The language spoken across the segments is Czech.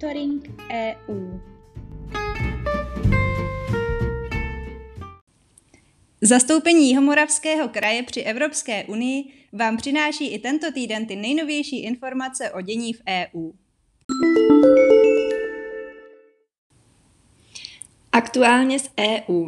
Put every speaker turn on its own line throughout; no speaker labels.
Monitoring EU. Zastoupení Jihomoravského kraje při Evropské unii vám přináší i tento týden ty nejnovější informace o dění v EU.
Aktuálně z EU.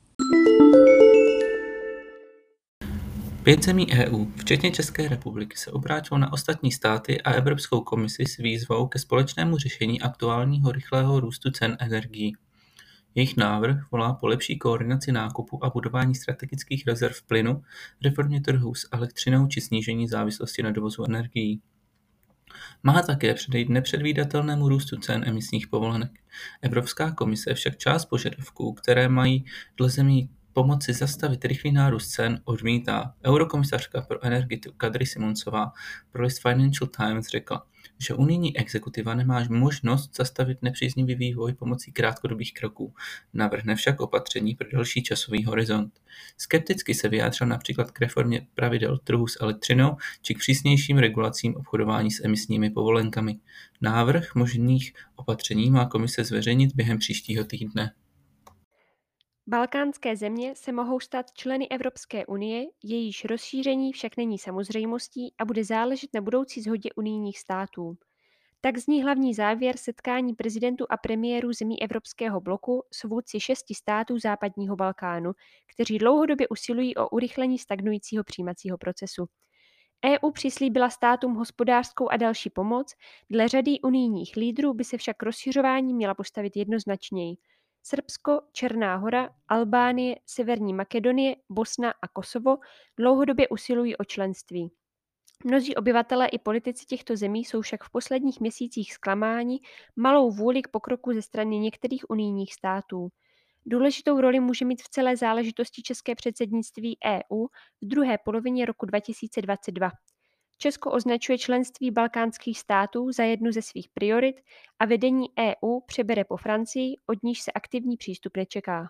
5 zemí EU, včetně České republiky, se obrátilo na ostatní státy a Evropskou komisi s výzvou ke společnému řešení aktuálního rychlého růstu cen energií. Jejich návrh volá po lepší koordinaci nákupu a budování strategických rezerv plynu, reformě trhu s elektřinou či snížení závislosti na dovozu energií. Má také předejít nepředvídatelnému růstu cen emisních povolenek. Evropská komise však část požadavků, které mají dle zemí pomoci zastavit rychlý nárůst cen, odmítá. Eurokomisařka pro energetiku Kadri Simonsová pro list Financial Times řekla, že unijní exekutiva nemá možnost zastavit nepříznivý vývoj pomocí krátkodobých kroků. Navrhne však opatření pro další časový horizont. Skepticky se vyjádřil například k reformě pravidel trhu s elektřinou či k přísnějším regulacím obchodování s emisními povolenkami. Návrh možných opatření má komise zveřejnit během příštího týdne.
Balkánské země se mohou stát členy Evropské unie, jejíž rozšíření však není samozřejmostí a bude záležet na budoucí shodě unijních států. Tak zní hlavní závěr setkání prezidentů a premiérů zemí Evropského bloku s vůdci 6 států západního Balkánu, kteří dlouhodobě usilují o urychlení stagnujícího přijímacího procesu. EU přislíbila státům hospodářskou a další pomoc, dle řady unijních lídrů by se však rozšiřování měla postavit jednoznačněji. Srbsko, Černá Hora, Albánie, Severní Makedonie, Bosna a Kosovo dlouhodobě usilují o členství. Mnozí obyvatelé i politici těchto zemí jsou však v posledních měsících zklamáni malou vůli k pokroku ze strany některých unijních států. Důležitou roli může mít v celé záležitosti české předsednictví EU v druhé polovině roku 2022. Česko označuje členství balkánských států za jednu ze svých priorit a vedení EU přebere po Francii, od níž se aktivní přístup nečeká.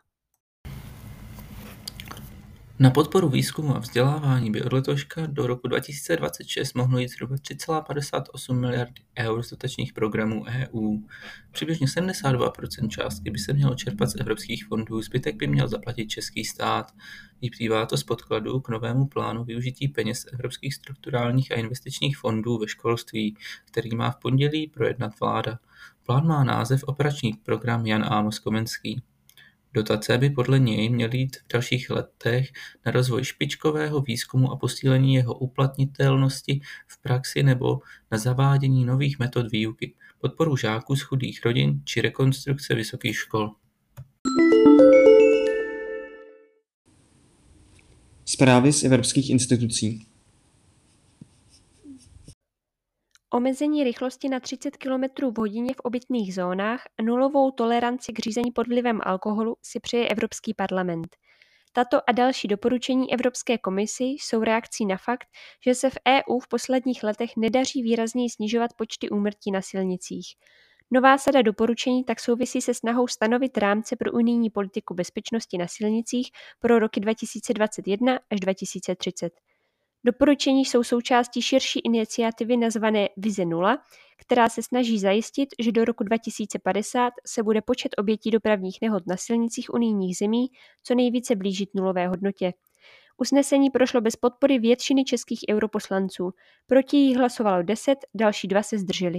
Na podporu výzkumu a vzdělávání by od letoška do roku 2026 mohlo jít zhruba 3,58 miliardy eur z dotačních programů EU. Přibližně 72% částky by se mělo čerpat z evropských fondů, zbytek by měl zaplatit český stát. Vyplývá to z podkladu k novému plánu využití peněz evropských strukturálních a investičních fondů ve školství, který má v pondělí projednat vláda. Plán má název Operační program Jan Amos Komenský. Dotace by podle něj měly jít v dalších letech na rozvoj špičkového výzkumu a posílení jeho uplatnitelnosti v praxi nebo na zavádění nových metod výuky, podporu žáků z chudých rodin či rekonstrukce vysokých škol.
Zprávy z evropských institucí.
Omezení rychlosti na 30 km v hodině v obytných zónách a nulovou toleranci k řízení pod vlivem alkoholu si přeje Evropský parlament. Tato a další doporučení Evropské komisi jsou reakcí na fakt, že se v EU v posledních letech nedaří výrazněji snižovat počty úmrtí na silnicích. Nová sada doporučení tak souvisí se snahou stanovit rámce pro unijní politiku bezpečnosti na silnicích pro roky 2021 až 2030. Doporučení jsou součástí širší iniciativy nazvané Vize 0, která se snaží zajistit, že do roku 2050 se bude počet obětí dopravních nehod na silnicích unijních zemí co nejvíce blížit nulové hodnotě. Usnesení prošlo bez podpory většiny českých europoslanců. Proti jí hlasovalo 10, další 2 se zdrželi.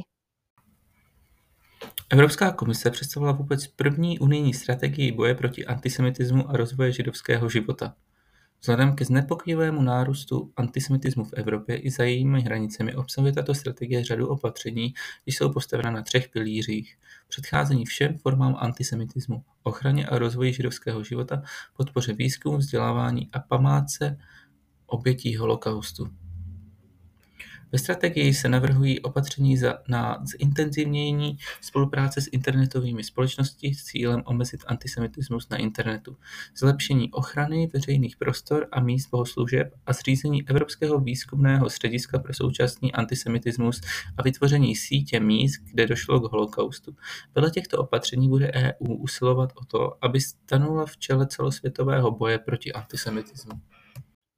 Evropská komise představila vůbec první unijní strategii boje proti antisemitismu a rozvoje židovského života. Vzhledem ke znepokojivému nárůstu antisemitismu v Evropě i za jejími hranicemi obsahuje tato strategie řadu opatření, když jsou postavena na 3 pilířích. Předcházení všem formám antisemitismu, ochraně a rozvoji židovského života, podpoře výzkumu, vzdělávání a památce obětí holokaustu. Ve strategii se navrhují opatření na zintenzivnění spolupráce s internetovými společnostmi s cílem omezit antisemitismus na internetu, zlepšení ochrany veřejných prostor a míst bohoslužeb a zřízení Evropského výzkumného střediska pro současný antisemitismus a vytvoření sítě míst, kde došlo k holokaustu. Vedle těchto opatření bude EU usilovat o to, aby stanula v čele celosvětového boje proti antisemitismu.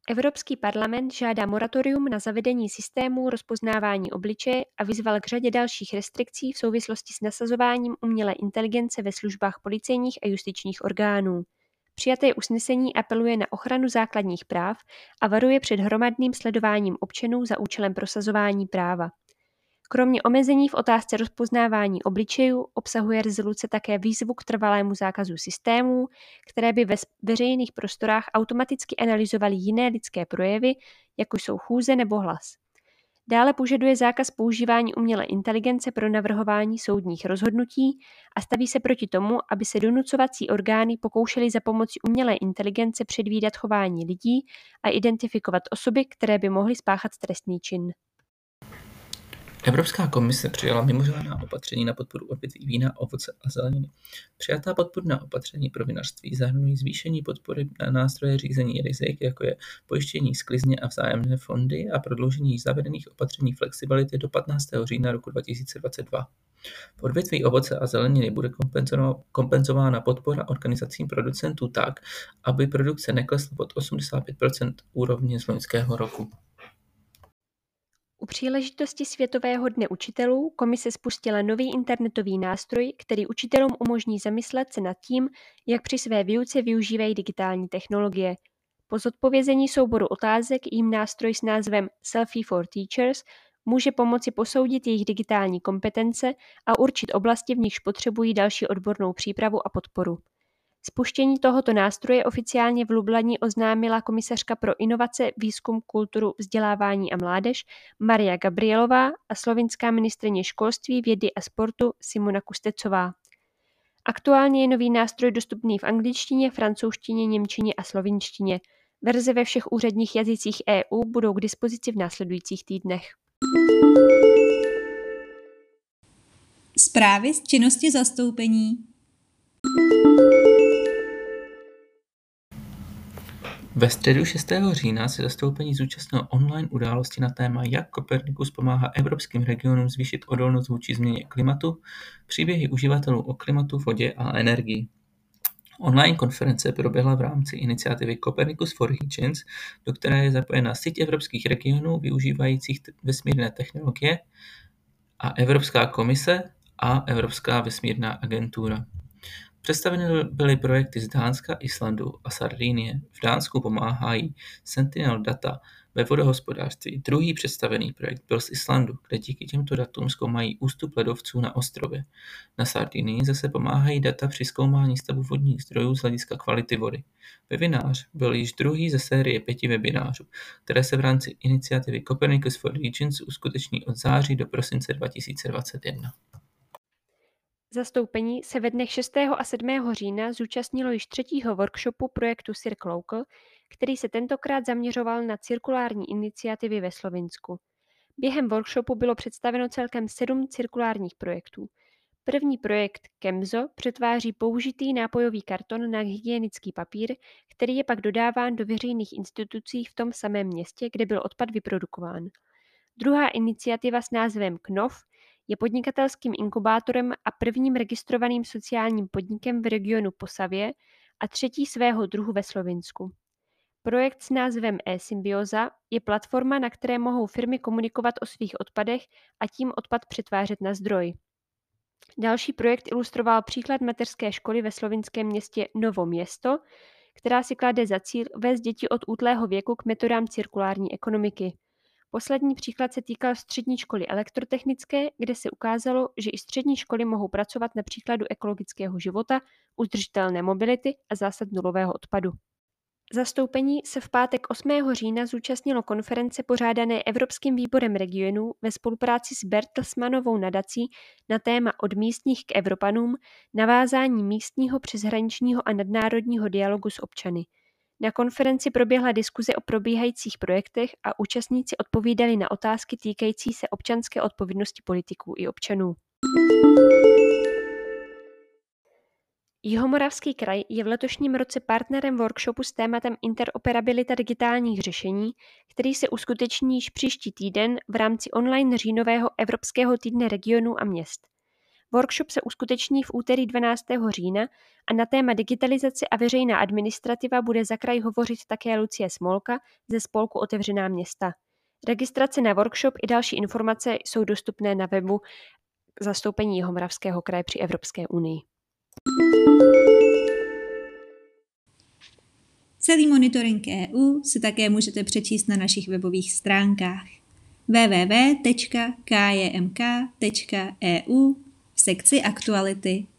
Evropský parlament žádá moratorium na zavedení systému rozpoznávání obličeje a vyzval k řadě dalších restrikcí v souvislosti s nasazováním umělé inteligence ve službách policejních a justičních orgánů. Přijaté usnesení apeluje na ochranu základních práv a varuje před hromadným sledováním občanů za účelem prosazování práva. Kromě omezení v otázce rozpoznávání obličejů obsahuje rezoluce také výzvu k trvalému zákazu systémů, které by ve veřejných prostorách automaticky analyzovaly jiné lidské projevy, jako jsou chůze nebo hlas. Dále požaduje zákaz používání umělé inteligence pro navrhování soudních rozhodnutí a staví se proti tomu, aby se donucovací orgány pokoušely za pomocí umělé inteligence předvídat chování lidí a identifikovat osoby, které by mohly spáchat trestný čin.
Evropská komise přijala mimořádná opatření na podporu odvětví vína, ovoce a zeleniny. Přijatá podpůrná opatření pro vinařství zahrnují zvýšení podpory na nástroje řízení rizik, jako je pojištění sklizně a vzájemné fondy a prodloužení zavedených opatření flexibility do 15. října roku 2022. V odvětví ovoce a zeleniny bude kompenzována podpora organizacím producentů tak, aby produkce neklesla pod 85% úrovně z loňského roku.
U příležitosti Světového dne učitelů komise spustila nový internetový nástroj, který učitelům umožní zamyslet se nad tím, jak při své výuce využívají digitální technologie. Po zodpovězení souboru otázek jim nástroj s názvem Selfie for Teachers může pomoci posoudit jejich digitální kompetence a určit oblasti, v nichž potřebují další odbornou přípravu a podporu. Spuštění tohoto nástroje oficiálně v Lublani oznámila komisařka pro inovace, výzkum, kulturu, vzdělávání a mládež Maria Gabrielová a slovinská ministryně školství, vědy a sportu Simona Kustecová. Aktuálně je nový nástroj dostupný v angličtině, francouzštině, němčině a slovinštině. Verze ve všech úředních jazycích EU budou k dispozici v následujících týdnech.
Zprávy z činnosti zastoupení.
Ve středu 6. října se zastoupení zúčastnilo online události na téma Jak Copernicus pomáhá evropským regionům zvýšit odolnost vůči změně klimatu, příběhy uživatelů o klimatu, vodě a energii. Online konference proběhla v rámci iniciativy Copernicus for Regions, do které je zapojena síť evropských regionů využívajících vesmírné technologie a Evropská komise a Evropská vesmírná agentura. Představeny byly projekty z Dánska, Islandu a Sardinie. V Dánsku pomáhají Sentinel data ve vodohospodářství. Druhý představený projekt byl z Islandu, kde díky těmto datům zkoumají ústup ledovců na ostrově. Na Sardinii zase pomáhají data při zkoumání stavu vodních zdrojů z hlediska kvality vody. Webinář byl již druhý ze série 5 webinářů, které se v rámci iniciativy Copernicus for Regions uskuteční od září do prosince 2021.
Zastoupení se ve dnech 6. a 7. října zúčastnilo již 3. workshopu projektu Circ Local, který se tentokrát zaměřoval na cirkulární iniciativy ve Slovinsku. Během workshopu bylo představeno celkem 7 cirkulárních projektů. První projekt Kemzo přetváří použitý nápojový karton na hygienický papír, který je pak dodáván do veřejných institucí v tom samém městě, kde byl odpad vyprodukován. Druhá iniciativa s názvem KNOV je podnikatelským inkubátorem a prvním registrovaným sociálním podnikem v regionu Posavie a třetí svého druhu ve Slovinsku. Projekt s názvem e-Symbioza je platforma, na které mohou firmy komunikovat o svých odpadech a tím odpad přetvářet na zdroj. Další projekt ilustroval příklad mateřské školy ve slovinském městě Novo Město, která si klade za cíl vést děti od útlého věku k metodám cirkulární ekonomiky. Poslední příklad se týkal střední školy elektrotechnické, kde se ukázalo, že i střední školy mohou pracovat na příkladu ekologického života, udržitelné mobility a zásad nulového odpadu. Zastoupení se v pátek 8. října zúčastnilo konference pořádané Evropským výborem regionů ve spolupráci s Bertelsmannovou nadací na téma Od místních k Evropanům, navázání místního, přeshraničního a nadnárodního dialogu s občany. Na konferenci proběhla diskuze o probíhajících projektech a účastníci odpovídali na otázky týkající se občanské odpovědnosti politiků i občanů. Jihomoravský kraj je v letošním roce partnerem workshopu s tématem interoperabilita digitálních řešení, který se uskuteční již příští týden v rámci online říjnového Evropského týdne regionů a měst. Workshop se uskuteční v úterý 12. října a na téma digitalizace a veřejná administrativa bude za kraj hovořit také Lucie Smolka ze spolku Otevřená města. Registrace na workshop i další informace jsou dostupné na webu zastoupení Jihomoravského kraje při Evropské unii.
Celý monitoring EU si také můžete přečíst na našich webových stránkách www.kjmk.eu v sekci Aktuality.